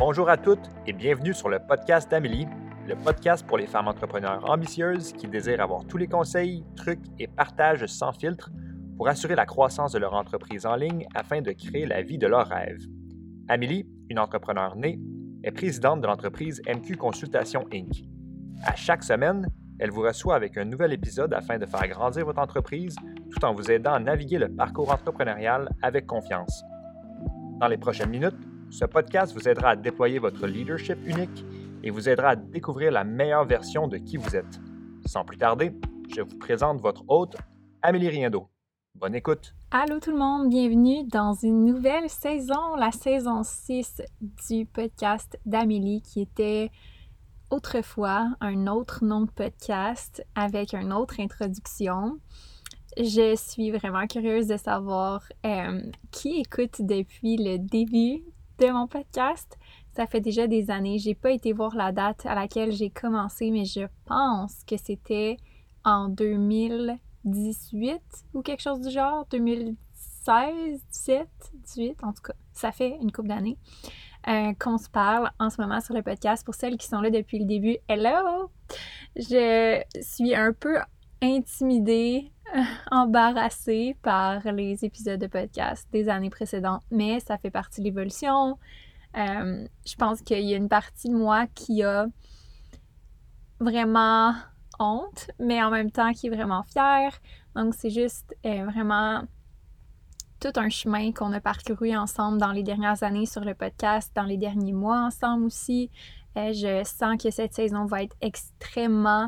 Bonjour à toutes et bienvenue sur le podcast d'Amélie, le podcast pour les femmes entrepreneurs ambitieuses qui désirent avoir tous les conseils, trucs et partages sans filtre pour assurer la croissance de leur entreprise en ligne afin de créer la vie de leurs rêves. Amélie, une entrepreneure née, est présidente de l'entreprise MQ Consultation Inc. À chaque semaine, elle vous reçoit avec un nouvel épisode afin de faire grandir votre entreprise tout en vous aidant à naviguer le parcours entrepreneurial avec confiance. Dans les prochaines minutes, ce podcast vous aidera à déployer votre leadership unique et vous aidera à découvrir la meilleure version de qui vous êtes. Sans plus tarder, je vous présente votre hôte, Amélie Riendo. Bonne écoute! Allô tout le monde, bienvenue dans une nouvelle saison, la saison 6 du podcast d'Amélie qui était autrefois un autre nom de podcast avec une autre introduction. Je suis vraiment curieuse de savoir qui écoute depuis le début de mon podcast. Ça fait déjà des années. J'ai pas été voir la date à laquelle j'ai commencé, mais je pense que c'était en 2018 ou quelque chose du genre, 2016, 17, 18, en tout cas, ça fait une couple d'années qu'on se parle en ce moment sur le podcast. Pour celles qui sont là depuis le début, hello! Je suis un peu intimidée, embarrassée par les épisodes de podcast des années précédentes, mais ça fait partie de l'évolution. Je pense qu'il y a une partie de moi qui a vraiment honte, mais en même temps qui est vraiment fière. Donc c'est juste vraiment tout un chemin qu'on a parcouru ensemble dans les dernières années sur le podcast, dans les derniers mois ensemble aussi. Je sens que cette saison va être extrêmement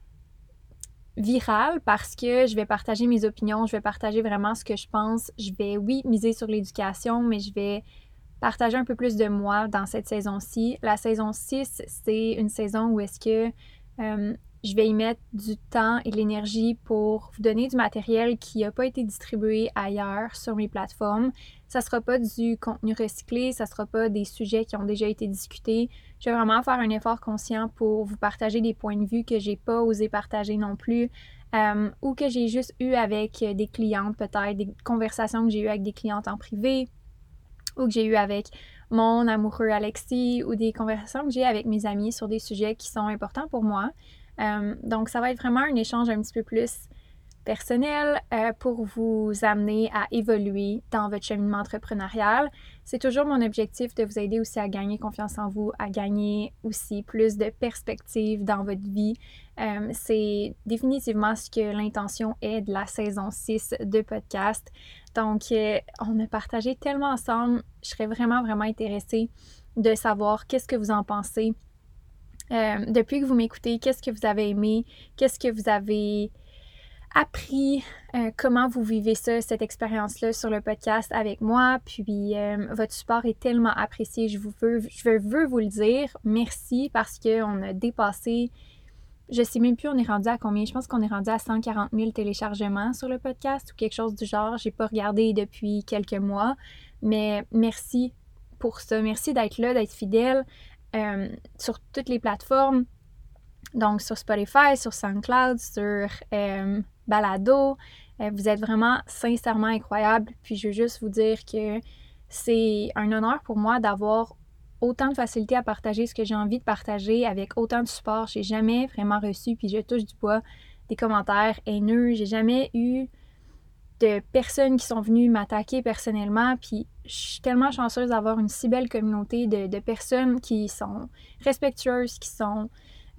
virale parce que je vais partager mes opinions, je vais partager vraiment ce que je pense. Je vais, oui, miser sur l'éducation, mais je vais partager un peu plus de moi dans cette saison-ci. La saison 6, c'est une saison où est-ce que je vais y mettre du temps et de l'énergie pour vous donner du matériel qui n'a pas été distribué ailleurs sur mes plateformes. Ça ne sera pas du contenu recyclé, ça ne sera pas des sujets qui ont déjà été discutés. Je vais vraiment faire un effort conscient pour vous partager des points de vue que j'ai pas osé partager non plus ou que j'ai juste eu avec des clientes, peut-être des conversations que j'ai eues avec des clientes en privé ou que j'ai eues avec mon amoureux Alexis ou des conversations que j'ai avec mes amis sur des sujets qui sont importants pour moi. Donc, ça va être vraiment un échange un petit peu plus personnel pour vous amener à évoluer dans votre cheminement entrepreneurial. C'est toujours mon objectif de vous aider aussi à gagner confiance en vous, à gagner aussi plus de perspectives dans votre vie. C'est définitivement ce que l'intention est de la saison 6 de podcast. Donc, on a partagé tellement ensemble. Je serais vraiment, vraiment intéressée de savoir qu'est-ce que vous en pensez. Depuis que vous m'écoutez, qu'est-ce que vous avez aimé? Qu'est-ce que vous avez appris? Comment vous vivez ça, cette expérience-là sur le podcast avec moi? Puis, votre support est tellement apprécié. Je veux vous le dire. Merci parce qu'on a dépassé... Je sais même plus on est rendu à combien. Je pense qu'on est rendu à 140 000 téléchargements sur le podcast ou quelque chose du genre. J'ai pas regardé depuis quelques mois. Mais merci pour ça. Merci d'être là, d'être fidèle. Sur toutes les plateformes, donc sur Spotify, sur SoundCloud, sur Balado. Vous êtes vraiment sincèrement incroyables. Puis je veux juste vous dire que c'est un honneur pour moi d'avoir autant de facilité à partager ce que j'ai envie de partager avec autant de support. J'ai jamais vraiment reçu, puis je touche du bois, des commentaires haineux. J'ai jamais eu de personnes qui sont venues m'attaquer personnellement, puis je suis tellement chanceuse d'avoir une si belle communauté de personnes qui sont respectueuses, qui sont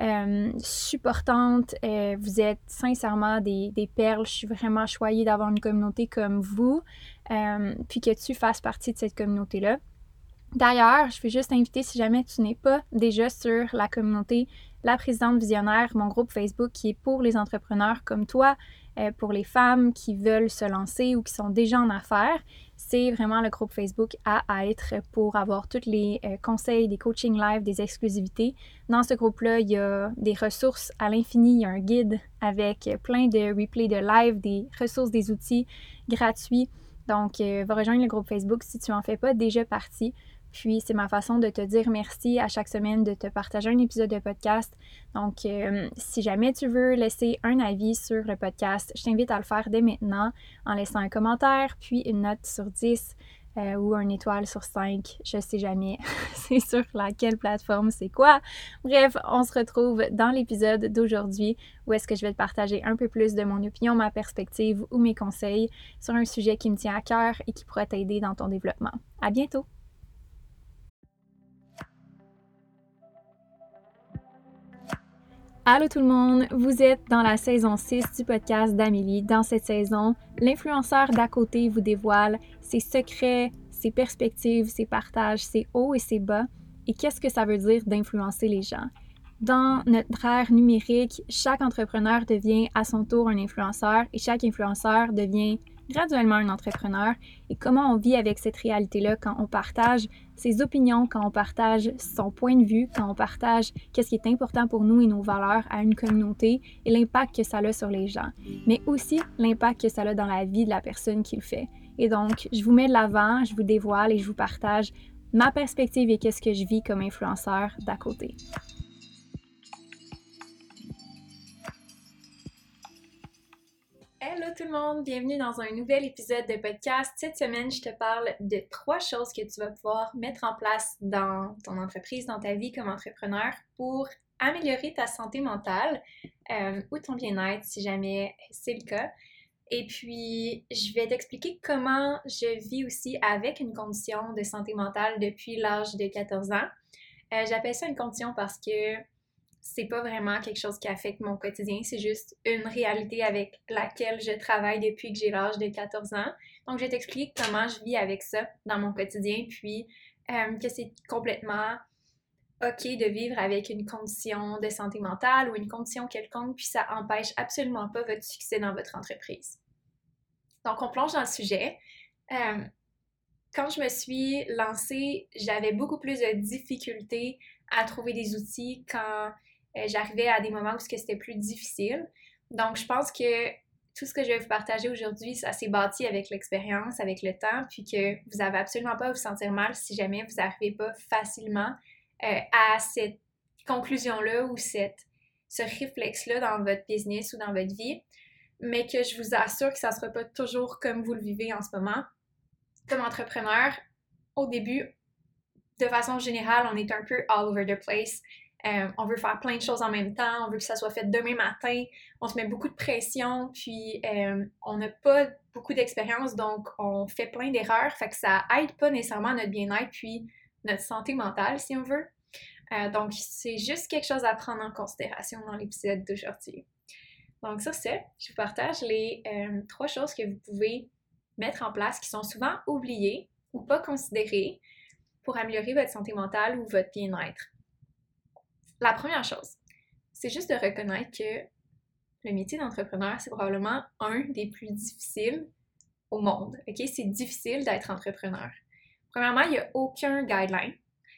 supportantes. Vous êtes sincèrement des perles. Je suis vraiment choyée d'avoir une communauté comme vous, puis que tu fasses partie de cette communauté-là. D'ailleurs, je veux juste t'inviter, si jamais tu n'es pas déjà sur la communauté La Présidente Visionnaire, mon groupe Facebook qui est pour les entrepreneurs comme toi, pour les femmes qui veulent se lancer ou qui sont déjà en affaires. C'est vraiment le groupe Facebook à être pour avoir tous les conseils, des coachings live, des exclusivités. Dans ce groupe-là, il y a des ressources à l'infini. Il y a un guide avec plein de replays de live, des ressources, des outils gratuits. Donc, va rejoindre le groupe Facebook si tu n'en fais pas déjà partie. Puis, c'est ma façon de te dire merci à chaque semaine, de te partager un épisode de podcast. Donc, si jamais tu veux laisser un avis sur le podcast, je t'invite à le faire dès maintenant en laissant un commentaire, puis une note sur 10. ou une étoile sur 5, je sais jamais. C'est sur laquelle plateforme, c'est quoi. Bref, on se retrouve dans l'épisode d'aujourd'hui où est-ce que je vais te partager un peu plus de mon opinion, ma perspective ou mes conseils sur un sujet qui me tient à cœur et qui pourrait t'aider dans ton développement. À bientôt! Allô tout le monde, vous êtes dans la saison 6 du podcast d'Amélie. Dans cette saison, l'influenceur d'à côté vous dévoile ses secrets, ses perspectives, ses partages, ses hauts et ses bas et qu'est-ce que ça veut dire d'influencer les gens. Dans notre ère numérique, chaque entrepreneur devient à son tour un influenceur et chaque influenceur devient graduellement un entrepreneur. Et comment on vit avec cette réalité-là quand on partage ses opinions, quand on partage son point de vue, quand on partage qu'est-ce qui est important pour nous et nos valeurs à une communauté et l'impact que ça a sur les gens, mais aussi l'impact que ça a dans la vie de la personne qui le fait. Et donc, je vous mets de l'avant, je vous dévoile et je vous partage ma perspective et qu'est-ce que je vis comme influenceur d'à côté. Hello tout le monde, bienvenue dans un nouvel épisode de podcast. Cette semaine, je te parle de 3 choses que tu vas pouvoir mettre en place dans ton entreprise, dans ta vie comme entrepreneur pour améliorer ta santé mentale ou ton bien-être si jamais c'est le cas. Et puis, je vais t'expliquer comment je vis aussi avec une condition de santé mentale depuis l'âge de 14 ans. J'appelle ça une condition parce que c'est pas vraiment quelque chose qui affecte mon quotidien, c'est juste une réalité avec laquelle je travaille depuis que j'ai l'âge de 14 ans. Donc, je vais t'expliquer comment je vis avec ça dans mon quotidien, puis que c'est complètement OK de vivre avec une condition de santé mentale ou une condition quelconque, puis ça empêche absolument pas votre succès dans votre entreprise. Donc, on plonge dans le sujet. Quand je me suis lancée, j'avais beaucoup plus de difficultés à trouver des outils quand j'arrivais à des moments où c'était plus difficile. Donc, je pense que tout ce que je vais vous partager aujourd'hui, ça s'est bâti avec l'expérience, avec le temps, puis que vous n'avez absolument pas à vous sentir mal si jamais vous n'arrivez pas facilement à cette conclusion-là ou ce réflexe-là dans votre business ou dans votre vie, mais que je vous assure que ça ne sera pas toujours comme vous le vivez en ce moment. Comme entrepreneur, au début, de façon générale, on est un peu all over the place. On veut faire plein de choses en même temps, on veut que ça soit fait demain matin, on se met beaucoup de pression, puis on n'a pas beaucoup d'expérience, donc on fait plein d'erreurs, fait que ça aide pas nécessairement notre bien-être, puis notre santé mentale, si on veut. Donc, c'est juste quelque chose à prendre en considération dans l'épisode d'aujourd'hui. Donc, sur ce, je vous partage les 3 choses que vous pouvez mettre en place qui sont souvent oubliées ou pas considérées pour améliorer votre santé mentale ou votre bien-être. La première chose, c'est juste de reconnaître que le métier d'entrepreneur, c'est probablement un des plus difficiles au monde. OK? C'est difficile d'être entrepreneur. Premièrement, il n'y a aucun guideline.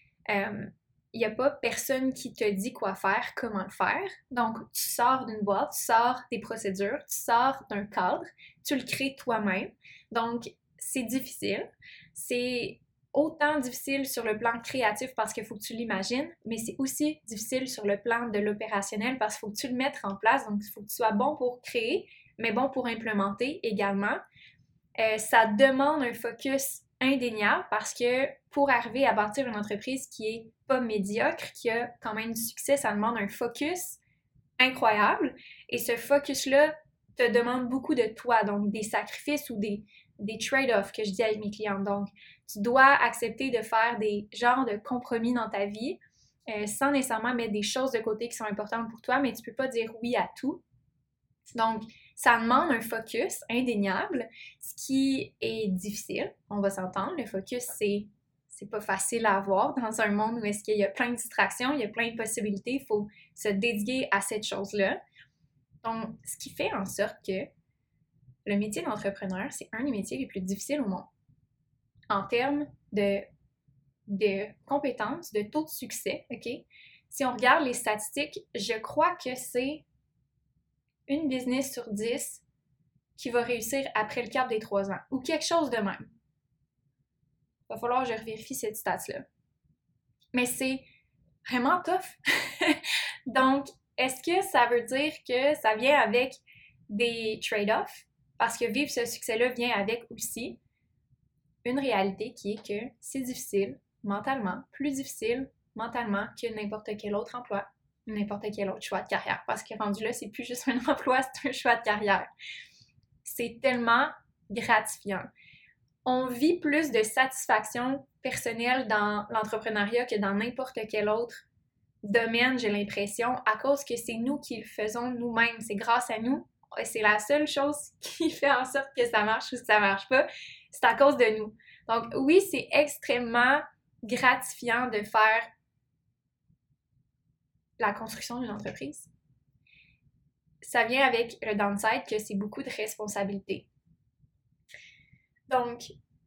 Il n'y a pas personne qui te dit quoi faire, comment le faire. Donc, tu sors d'une boîte, tu sors des procédures, tu sors d'un cadre, tu le crées toi-même. Donc, c'est difficile. C'est autant difficile sur le plan créatif parce qu'il faut que tu l'imagines, mais c'est aussi difficile sur le plan de l'opérationnel parce qu'il faut que tu le mettes en place. Donc, il faut que tu sois bon pour créer, mais bon pour implémenter également. Ça demande un focus indéniable parce que pour arriver à bâtir une entreprise qui est pas médiocre, qui a quand même du succès, ça demande un focus incroyable. Et ce focus-là te demande beaucoup de toi, donc des sacrifices ou des trade-offs que je dis avec mes clients. Donc, tu dois accepter de faire des genres de compromis dans ta vie sans nécessairement mettre des choses de côté qui sont importantes pour toi, mais tu peux pas dire oui à tout. Donc, ça demande un focus indéniable, ce qui est difficile, on va s'entendre. Le focus, c'est pas facile à avoir dans un monde où est-ce qu'il y a plein de distractions, il y a plein de possibilités, il faut se dédier à cette chose-là. Donc, ce qui fait en sorte que le métier d'entrepreneur, c'est un des métiers les plus difficiles au monde. En termes de compétences, de taux de succès, OK? Si on regarde les statistiques, je crois que c'est une business sur 10 qui va réussir après le cap des 3 ans, ou quelque chose de même. Il va falloir que je revérifie cette stat-là. Mais c'est vraiment tough. Donc, est-ce que ça veut dire que ça vient avec des trade-offs? Parce que vivre ce succès-là vient avec aussi. une réalité qui est que c'est difficile mentalement, plus difficile mentalement que n'importe quel autre emploi, n'importe quel autre choix de carrière. Parce que rendu là, c'est plus juste un emploi, c'est un choix de carrière. C'est tellement gratifiant. On vit plus de satisfaction personnelle dans l'entrepreneuriat que dans n'importe quel autre domaine, j'ai l'impression, à cause que c'est nous qui le faisons nous-mêmes. C'est grâce à nous. C'est la seule chose qui fait en sorte que ça marche ou que ça marche pas. C'est à cause de nous. Donc oui, c'est extrêmement gratifiant de faire la construction d'une entreprise. Ça vient avec le downside que c'est beaucoup de responsabilités. Donc,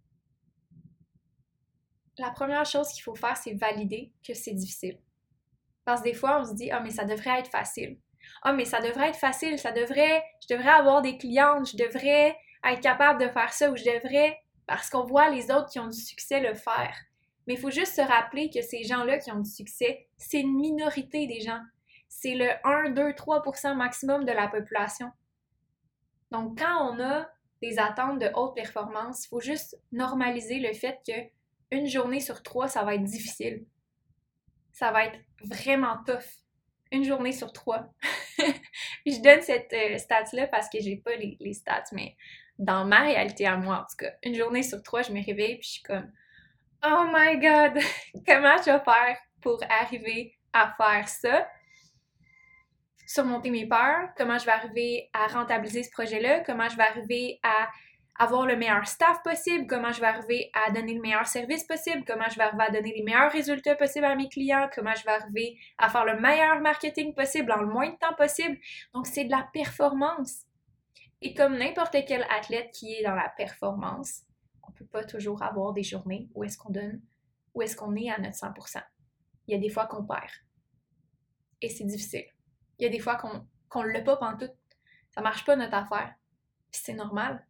la première chose qu'il faut faire, c'est valider que c'est difficile. Parce que des fois, on se dit « Ah, mais ça devrait être facile. Ah, mais ça devrait être facile, je devrais avoir des clientes, je devrais être capable de faire ça ou je devrais... » Parce qu'on voit les autres qui ont du succès le faire. Mais il faut juste se rappeler que ces gens-là qui ont du succès, c'est une minorité des gens. C'est le 1, 2, 3% maximum de la population. Donc, quand on a des attentes de haute performance, il faut juste normaliser le fait qu'une journée sur 3, ça va être difficile. Ça va être vraiment tough. Une journée sur 3. Je donne cette stat-là parce que j'ai pas les stats, mais dans ma réalité à moi, en tout cas, une journée sur 3, je me réveille puis je suis comme « Oh my God! Comment je vais faire pour arriver à faire ça? » Surmonter mes peurs, comment je vais arriver à rentabiliser ce projet-là, comment je vais arriver à avoir le meilleur staff possible, comment je vais arriver à donner le meilleur service possible, comment je vais arriver à donner les meilleurs résultats possibles à mes clients, comment je vais arriver à faire le meilleur marketing possible en le moins de temps possible. Donc, c'est de la performance. Et comme n'importe quel athlète qui est dans la performance, on ne peut pas toujours avoir des journées où est-ce qu'on est à notre 100%. Il y a des fois qu'on perd. Et c'est difficile. Il y a des fois qu'on ne l'a pas pantoute. Ça ne marche pas notre affaire. Puis c'est normal.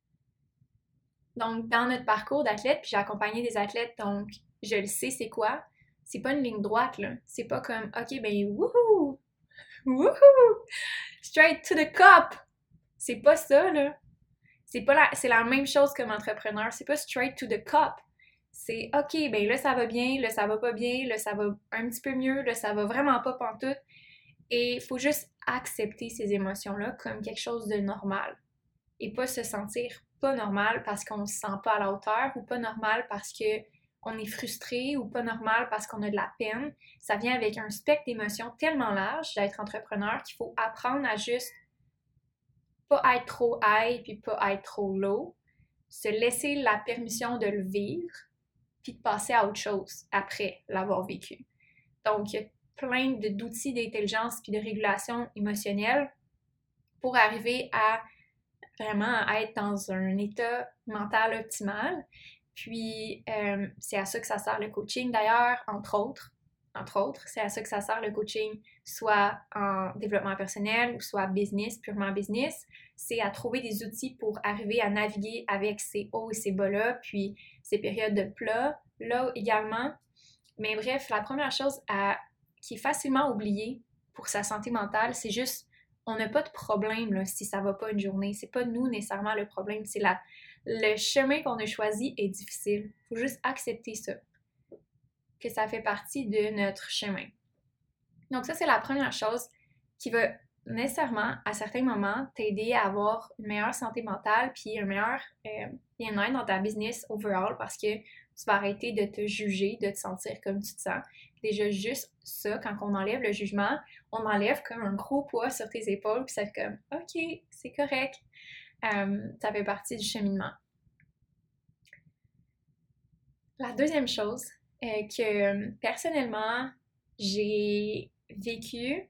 Donc, dans notre parcours d'athlète, puis j'ai accompagné des athlètes, donc je le sais c'est quoi. C'est pas une ligne droite, là. C'est pas comme, OK, ben, wouhou! Wouhou! Straight to the cup! C'est pas ça, là. C'est la même chose comme entrepreneur. C'est pas straight to the cup. C'est, OK, ben là, ça va bien, là, ça va pas bien, là, ça va un petit peu mieux, là, ça va vraiment pas pantoute. Et il faut juste accepter ces émotions-là comme quelque chose de normal. Et pas se sentir pas normal parce qu'on se sent pas à la hauteur ou pas normal parce qu'on est frustré ou pas normal parce qu'on a de la peine. Ça vient avec un spectre d'émotions tellement large d'être entrepreneur qu'il faut apprendre à juste pas être trop high puis pas être trop low, se laisser la permission de le vivre puis de passer à autre chose après l'avoir vécu. Donc, il y a plein d'outils d'intelligence puis de régulation émotionnelle pour arriver à vraiment être dans un état mental optimal. Puis, c'est à ça que ça sert le coaching d'ailleurs, entre autres, c'est à ça que ça sert le coaching, soit en développement personnel ou soit business, purement business. C'est à trouver des outils pour arriver à naviguer avec ces hauts et ces bas-là, puis ces périodes de plat, là également. Mais bref, la première chose qui est facilement oubliée pour sa santé mentale, c'est juste, on n'a pas de problème là, si ça va pas une journée. C'est pas nous nécessairement le problème, c'est le chemin qu'on a choisi est difficile. Il faut juste accepter ça, que ça fait partie de notre chemin. Donc ça, c'est la première chose qui va nécessairement, à certains moments, t'aider à avoir une meilleure santé mentale puis un meilleur bien-être dans ta business overall parce que tu vas arrêter de te juger, de te sentir comme tu te sens. Déjà, juste ça, quand on enlève le jugement, on enlève comme un gros poids sur tes épaules puis ça fait comme « OK, c'est correct ». Ça fait partie du cheminement. La deuxième chose que personnellement, j'ai vécu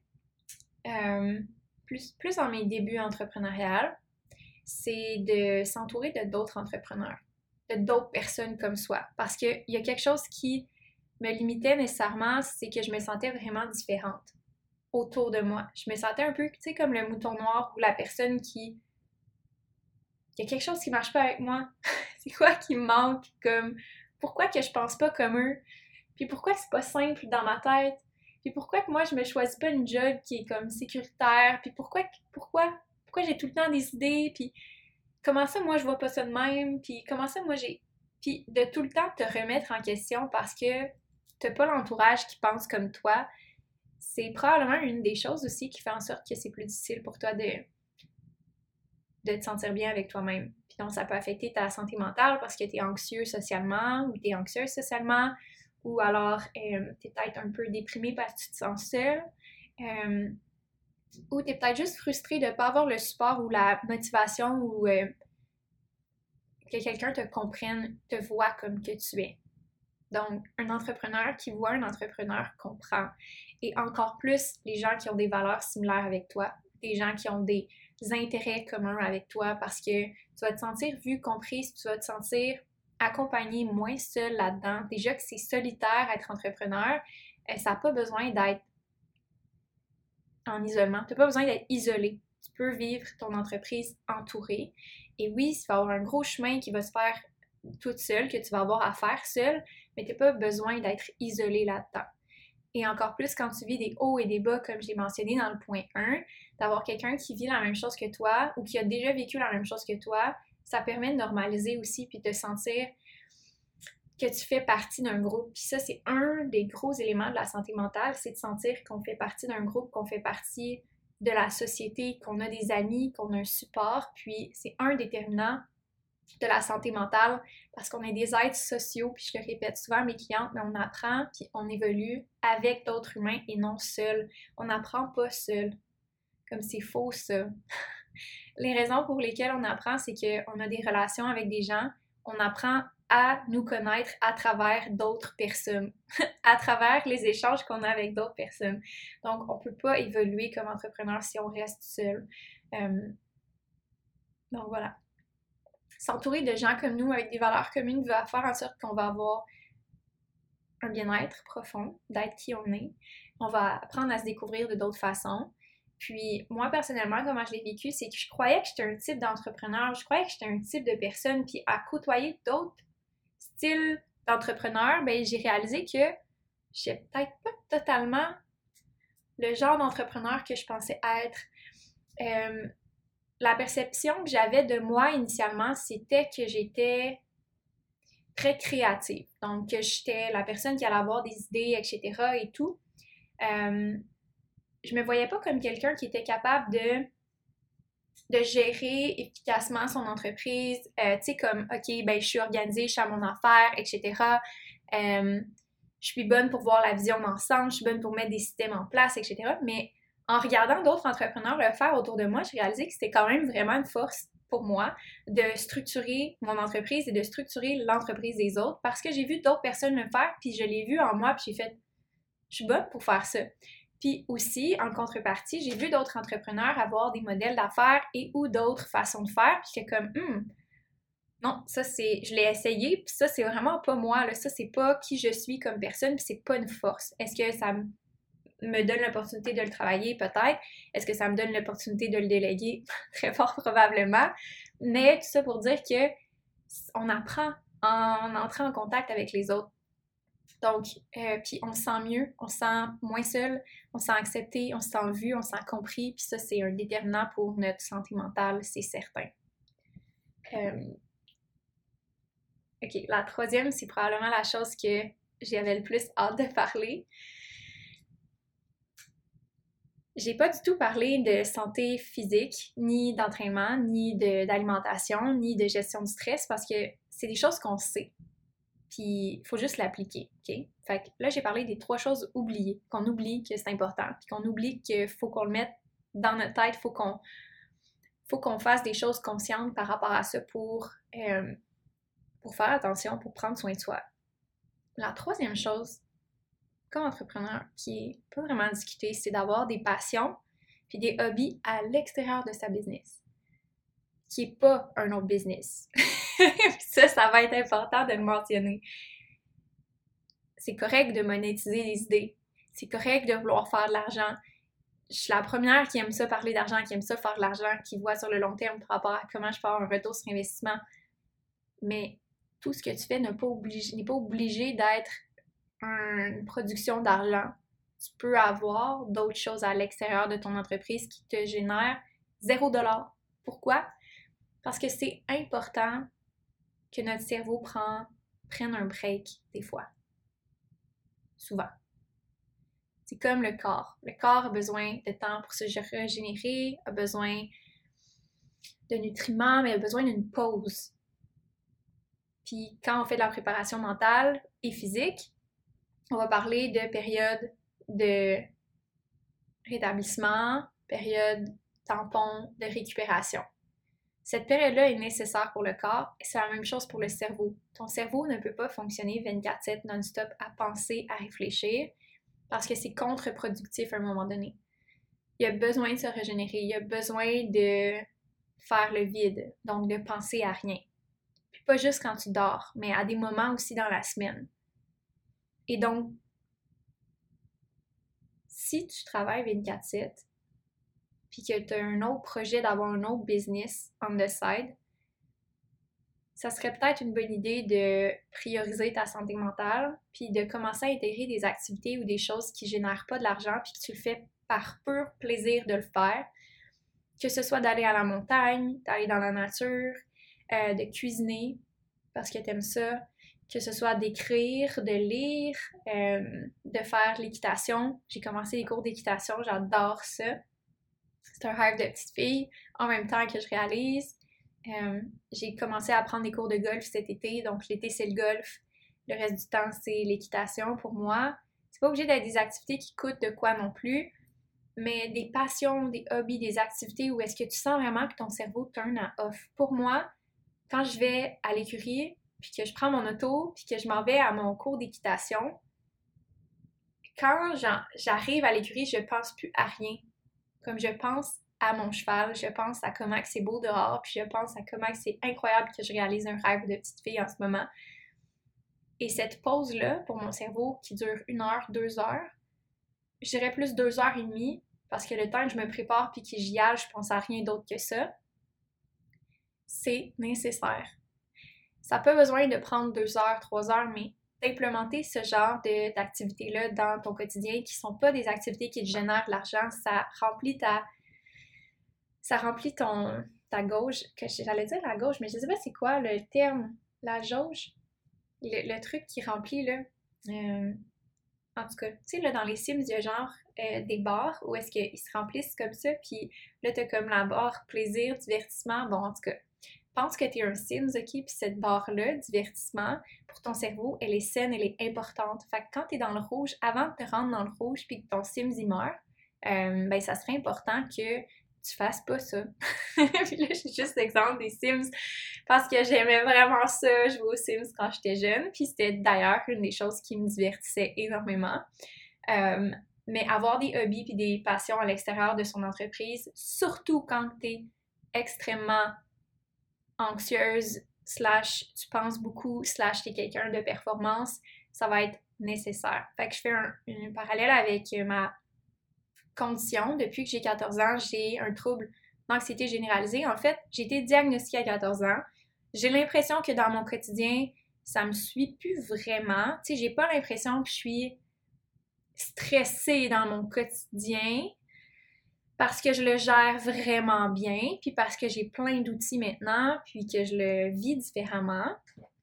plus dans mes débuts entrepreneuriales, c'est de s'entourer de d'autres entrepreneurs, de d'autres personnes comme soi. Parce qu'il y a quelque chose qui me limitait nécessairement, c'est que je me sentais vraiment différente autour de moi. Je me sentais un peu, tu sais, comme le mouton noir ou la personne qui... Il y a quelque chose qui marche pas avec moi. C'est quoi qui me manque? Comme, pourquoi que je pense pas comme eux? Puis pourquoi c'est pas simple dans ma tête? Puis pourquoi que moi je me choisis pas une job qui est comme sécuritaire? Puis pourquoi j'ai tout le temps des idées? Puis comment ça moi je vois pas ça de même? Puis comment ça moi j'ai... Puis de tout le temps te remettre en question parce que t'as pas l'entourage qui pense comme toi, c'est probablement une des choses aussi qui fait en sorte que c'est plus difficile pour toi de te sentir bien avec toi-même. Puis donc, ça peut affecter ta santé mentale parce que tu es anxieux socialement ou tu es anxieuse socialement, ou alors tu es peut-être un peu déprimé parce que tu te sens seul, ou tu es peut-être juste frustré de ne pas avoir le support ou la motivation ou que quelqu'un te comprenne, te voit comme que tu es. Donc, un entrepreneur qui voit un entrepreneur comprend. Et encore plus, les gens qui ont des valeurs similaires avec toi, des gens qui ont des intérêts communs avec toi parce que tu vas te sentir vu, comprise, tu vas te sentir accompagné, moins seul là-dedans. Déjà que c'est solitaire être entrepreneur, ça n'a pas besoin d'être en isolement. Tu n'as pas besoin d'être isolé. Tu peux vivre ton entreprise entourée. Et oui, il va y avoir un gros chemin qui va se faire toute seule, que tu vas avoir à faire seule, mais tu n'as pas besoin d'être isolé là-dedans. Et encore plus quand tu vis des hauts et des bas, comme j'ai mentionné dans le point 1, d'avoir quelqu'un qui vit la même chose que toi ou qui a déjà vécu la même chose que toi, ça permet de normaliser aussi puis de sentir que tu fais partie d'un groupe. Puis ça, c'est un des gros éléments de la santé mentale, c'est de sentir qu'on fait partie d'un groupe, qu'on fait partie de la société, qu'on a des amis, qu'on a un support. Puis c'est un déterminant de la santé mentale parce qu'on est des êtres sociaux, puis je le répète souvent à mes clientes, mais on apprend puis on évolue avec d'autres humains et non seul. On n'apprend pas seul. Comme c'est faux ça. Les raisons pour lesquelles on apprend, c'est qu'on a des relations avec des gens, on apprend à nous connaître à travers d'autres personnes, à travers les échanges qu'on a avec d'autres personnes. Donc, on ne peut pas évoluer comme entrepreneur si on reste seul. Donc voilà. S'entourer de gens comme nous avec des valeurs communes va faire en sorte qu'on va avoir un bien-être profond, d'être qui on est. On va apprendre à se découvrir de d'autres façons. Puis moi, personnellement, comment je l'ai vécu, c'est que je croyais que j'étais un type d'entrepreneur, je croyais que j'étais un type de personne, puis à côtoyer d'autres styles d'entrepreneurs, ben j'ai réalisé que j'étais peut-être pas totalement le genre d'entrepreneur que je pensais être. La perception que j'avais de moi initialement, c'était que j'étais très créative. Donc, que j'étais la personne qui allait avoir des idées, etc. et tout. Je me voyais pas comme quelqu'un qui était capable de gérer efficacement son entreprise. Tu sais, comme, OK, ben je suis organisée, je suis à mon affaire, etc. Je suis bonne pour voir la vision d'ensemble, je suis bonne pour mettre des systèmes en place, etc. Mais en regardant d'autres entrepreneurs le faire autour de moi, j'ai réalisé que c'était quand même vraiment une force pour moi de structurer mon entreprise et de structurer l'entreprise des autres parce que j'ai vu d'autres personnes le faire, puis je l'ai vu en moi, puis j'ai fait, je suis bonne pour faire ça. Puis aussi, en contrepartie, j'ai vu d'autres entrepreneurs avoir des modèles d'affaires et ou d'autres façons de faire, puis j'étais comme, non, ça c'est, je l'ai essayé, puis ça c'est vraiment pas moi, là, ça c'est pas qui je suis comme personne, puis c'est pas une force. Est-ce que ça me donne l'opportunité de le travailler? Peut-être. Est-ce que ça me donne l'opportunité de le déléguer? Très fort probablement. Mais tout ça pour dire que on apprend en entrant en contact avec les autres. Donc, puis on se sent mieux, on se sent moins seul, on se sent accepté, on se sent vu, on se sent compris, puis ça, c'est un déterminant pour notre santé mentale, c'est certain. OK, la troisième, c'est probablement la chose que j'avais le plus hâte de parler. J'ai pas du tout parlé de santé physique, ni d'entraînement, ni d'alimentation, ni de gestion du stress, parce que c'est des choses qu'on sait. Puis il faut juste l'appliquer, OK? Fait que là, j'ai parlé des 3 choses oubliées, qu'on oublie que c'est important, puis qu'on oublie qu'il faut qu'on le mette dans notre tête, faut qu'on fasse des choses conscientes par rapport à ça pour faire attention, pour prendre soin de soi. La 3e chose, comme entrepreneur, qui est pas vraiment discuté, c'est d'avoir des passions puis des hobbies à l'extérieur de sa business, qui est pas un autre business. Ça va être important de le mentionner. C'est correct de monétiser les idées. C'est correct de vouloir faire de l'argent. Je suis la première qui aime ça parler d'argent, qui aime ça faire de l'argent, qui voit sur le long terme par rapport à comment je peux avoir un retour sur investissement. Mais tout ce que tu fais n'est pas obligé d'être une production d'argent. Tu peux avoir d'autres choses à l'extérieur de ton entreprise qui te génèrent $0. Pourquoi? Parce que c'est important que notre cerveau prenne un break des fois. Souvent. C'est comme le corps. Le corps a besoin de temps pour se régénérer, a besoin de nutriments, mais a besoin d'une pause. Puis quand on fait de la préparation mentale et physique, on va parler de période de rétablissement, période tampon, de récupération. Cette période-là est nécessaire pour le corps et c'est la même chose pour le cerveau. Ton cerveau ne peut pas fonctionner 24/7 non-stop à penser, à réfléchir parce que c'est contre-productif à un moment donné. Il a besoin de se régénérer, il a besoin de faire le vide, donc de penser à rien. Puis pas juste quand tu dors, mais à des moments aussi dans la semaine. Et donc, si tu travailles 24/7, puis que tu as un autre projet d'avoir un autre business on the side, ça serait peut-être une bonne idée de prioriser ta santé mentale, puis de commencer à intégrer des activités ou des choses qui génèrent pas de l'argent, puis que tu le fais par pur plaisir de le faire. Que ce soit d'aller à la montagne, d'aller dans la nature, de cuisiner parce que t'aimes ça, que ce soit d'écrire, de lire, de faire l'équitation. J'ai commencé les cours d'équitation, j'adore ça. C'est un rêve de petite fille, en même temps que je réalise. J'ai commencé à prendre des cours de golf cet été, donc l'été c'est le golf, le reste du temps c'est l'équitation pour moi. C'est pas obligé d'être des activités qui coûtent de quoi non plus, mais des passions, des hobbies, des activités où est-ce que tu sens vraiment que ton cerveau turn à off. Pour moi, quand je vais à l'écurie, puis que je prends mon auto, puis que je m'en vais à mon cours d'équitation, quand j'arrive à l'écurie, je pense plus à rien. Comme je pense à mon cheval, je pense à comment c'est beau dehors, puis je pense à comment c'est incroyable que je réalise un rêve de petite fille en ce moment. Et cette pause-là, pour mon cerveau, qui dure 1 heure, 2 heures, je dirais plus 2 heures et demie, parce que le temps que je me prépare puis que j'y aille, je pense à rien d'autre que ça, c'est nécessaire. Ça n'a pas besoin de prendre 2 heures, 3 heures, mais d'implémenter ce genre d'activités-là dans ton quotidien qui ne sont pas des activités qui te génèrent de l'argent, ça remplit ta gauge, que j'allais dire la gauche, mais je ne sais pas c'est quoi le terme, la jauge, le truc qui remplit, là. En tout cas, tu sais, là, dans les Sims, il y a genre des barres où est-ce qu'ils se remplissent comme ça, puis là, t'as comme la barre plaisir, divertissement. Bon, en tout cas, pense que t'es un Sims, ok? Puis cette barre-là, divertissement, pour ton cerveau, elle est saine, elle est importante. Fait que quand t'es dans le rouge, avant de te rendre dans le rouge, puis que ton Sims, il meurt, ben, ça serait important que tu fasses pas ça. Puis là, j'ai juste l'exemple des Sims parce que j'aimais vraiment ça, jouer aux Sims quand j'étais jeune. Puis c'était d'ailleurs une des choses qui me divertissait énormément. Mais avoir des hobbies puis des passions à l'extérieur de son entreprise, surtout quand t'es extrêmement anxieuse, / tu penses beaucoup, / t'es quelqu'un de performance, ça va être nécessaire. Fait que je fais un parallèle avec ma condition. Depuis que j'ai 14 ans, j'ai un trouble d'anxiété généralisée. En fait, j'ai été diagnostiquée à 14 ans. J'ai l'impression que dans mon quotidien, ça me suit plus vraiment. Tu sais, j'ai pas l'impression que je suis stressée dans mon quotidien parce que je le gère vraiment bien, puis parce que j'ai plein d'outils maintenant, puis que je le vis différemment.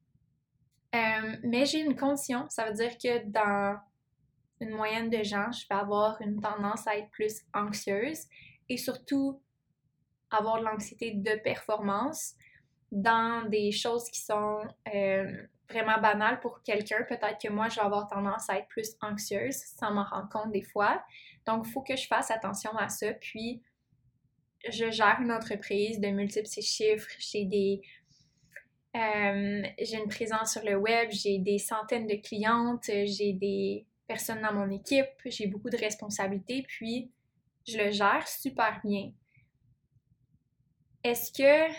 Mais j'ai une condition. Ça veut dire que dans une moyenne de gens, je vais avoir une tendance à être plus anxieuse et surtout avoir de l'anxiété de performance dans des choses qui sont vraiment banales pour quelqu'un. Peut-être que moi, je vais avoir tendance à être plus anxieuse sans m'en rendre compte des fois. Donc, il faut que je fasse attention à ça. Puis, je gère une entreprise de multiples chiffres. J'ai une présence sur le web, j'ai des centaines de clientes, j'ai des personnes dans mon équipe, j'ai beaucoup de responsabilités, puis je le gère super bien. Est-ce que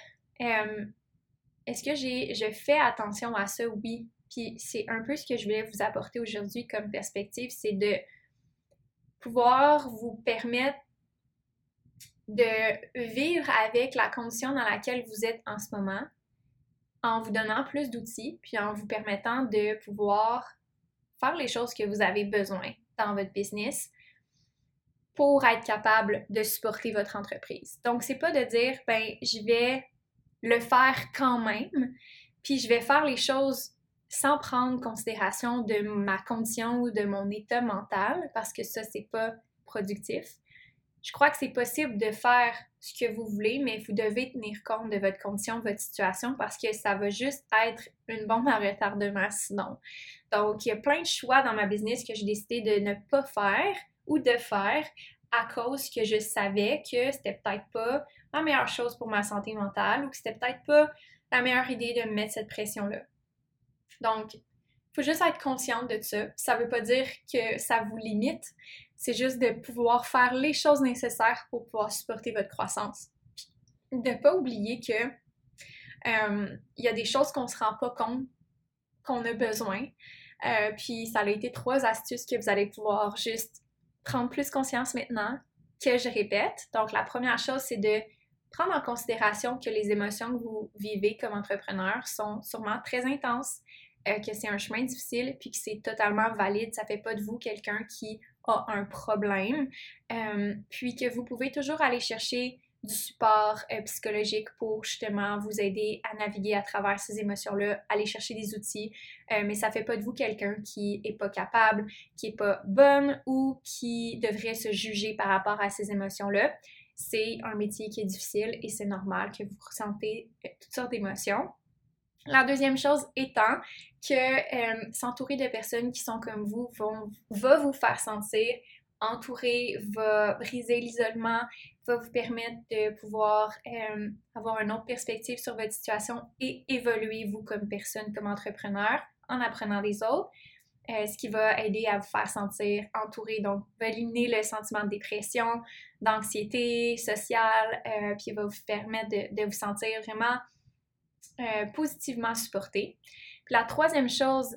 je fais attention à ça? Oui. Puis c'est un peu ce que je voulais vous apporter aujourd'hui comme perspective, c'est de pouvoir vous permettre de vivre avec la condition dans laquelle vous êtes en ce moment, en vous donnant plus d'outils, puis en vous permettant de pouvoir faire les choses que vous avez besoin dans votre business pour être capable de supporter votre entreprise. Donc, c'est pas de dire, ben, je vais le faire quand même, puis je vais faire les choses sans prendre considération de ma condition ou de mon état mental, parce que ça, c'est pas productif. Je crois que c'est possible de faire ce que vous voulez, mais vous devez tenir compte de votre condition, de votre situation, parce que ça va juste être une bombe à retardement sinon. Donc, il y a plein de choix dans ma business que j'ai décidé de ne pas faire ou de faire à cause que je savais que c'était peut-être pas la meilleure chose pour ma santé mentale ou que c'était peut-être pas la meilleure idée de me mettre cette pression-là. Donc, il faut juste être consciente de ça. Ça veut pas dire que ça vous limite, c'est juste de pouvoir faire les choses nécessaires pour pouvoir supporter votre croissance. Puis, de ne pas oublier que il y a des choses qu'on ne se rend pas compte qu'on a besoin. Puis ça a été 3 astuces que vous allez pouvoir juste prendre plus conscience maintenant, que je répète. Donc la première chose, c'est de prendre en considération que les émotions que vous vivez comme entrepreneur sont sûrement très intenses, que c'est un chemin difficile, puis que c'est totalement valide. Ça fait pas de vous quelqu'un qui a un problème. Puis que vous pouvez toujours aller chercher du support psychologique pour justement vous aider à naviguer à travers ces émotions-là, aller chercher des outils, mais ça fait pas de vous quelqu'un qui est pas capable, qui est pas bonne ou qui devrait se juger par rapport à ces émotions-là. C'est un métier qui est difficile et c'est normal que vous ressentez toutes sortes d'émotions. La deuxième chose étant que s'entourer de personnes qui sont comme vous va vous faire sentir entouré, va briser l'isolement, va vous permettre de pouvoir avoir une autre perspective sur votre situation et évoluer vous comme personne, comme entrepreneur en apprenant des autres, ce qui va aider à vous faire sentir entouré, donc va éliminer le sentiment de dépression, d'anxiété sociale, puis va vous permettre de vous sentir vraiment positivement supporté. Puis la troisième chose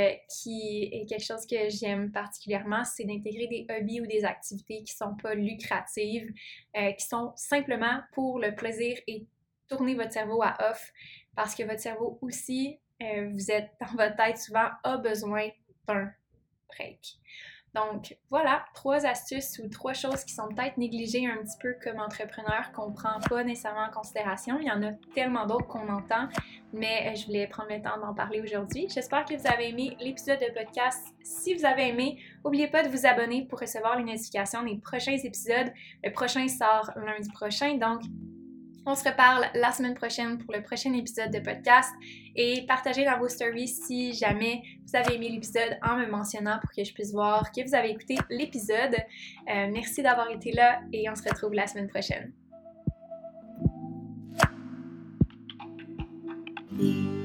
qui est quelque chose que j'aime particulièrement, c'est d'intégrer des hobbies ou des activités qui sont pas lucratives, qui sont simplement pour le plaisir et tourner votre cerveau à off, parce que votre cerveau aussi, vous êtes dans votre tête souvent, a besoin d'un break. Donc voilà, 3 astuces ou 3 choses qui sont peut-être négligées un petit peu comme entrepreneur, qu'on ne prend pas nécessairement en considération. Il y en a tellement d'autres qu'on entend, mais je voulais prendre le temps d'en parler aujourd'hui. J'espère que vous avez aimé l'épisode de podcast. Si vous avez aimé, n'oubliez pas de vous abonner pour recevoir les notifications des prochains épisodes. Le prochain sort lundi prochain, donc on se reparle la semaine prochaine pour le prochain épisode de podcast et partagez dans vos stories si jamais vous avez aimé l'épisode en me mentionnant pour que je puisse voir que vous avez écouté l'épisode. Merci d'avoir été là et on se retrouve la semaine prochaine.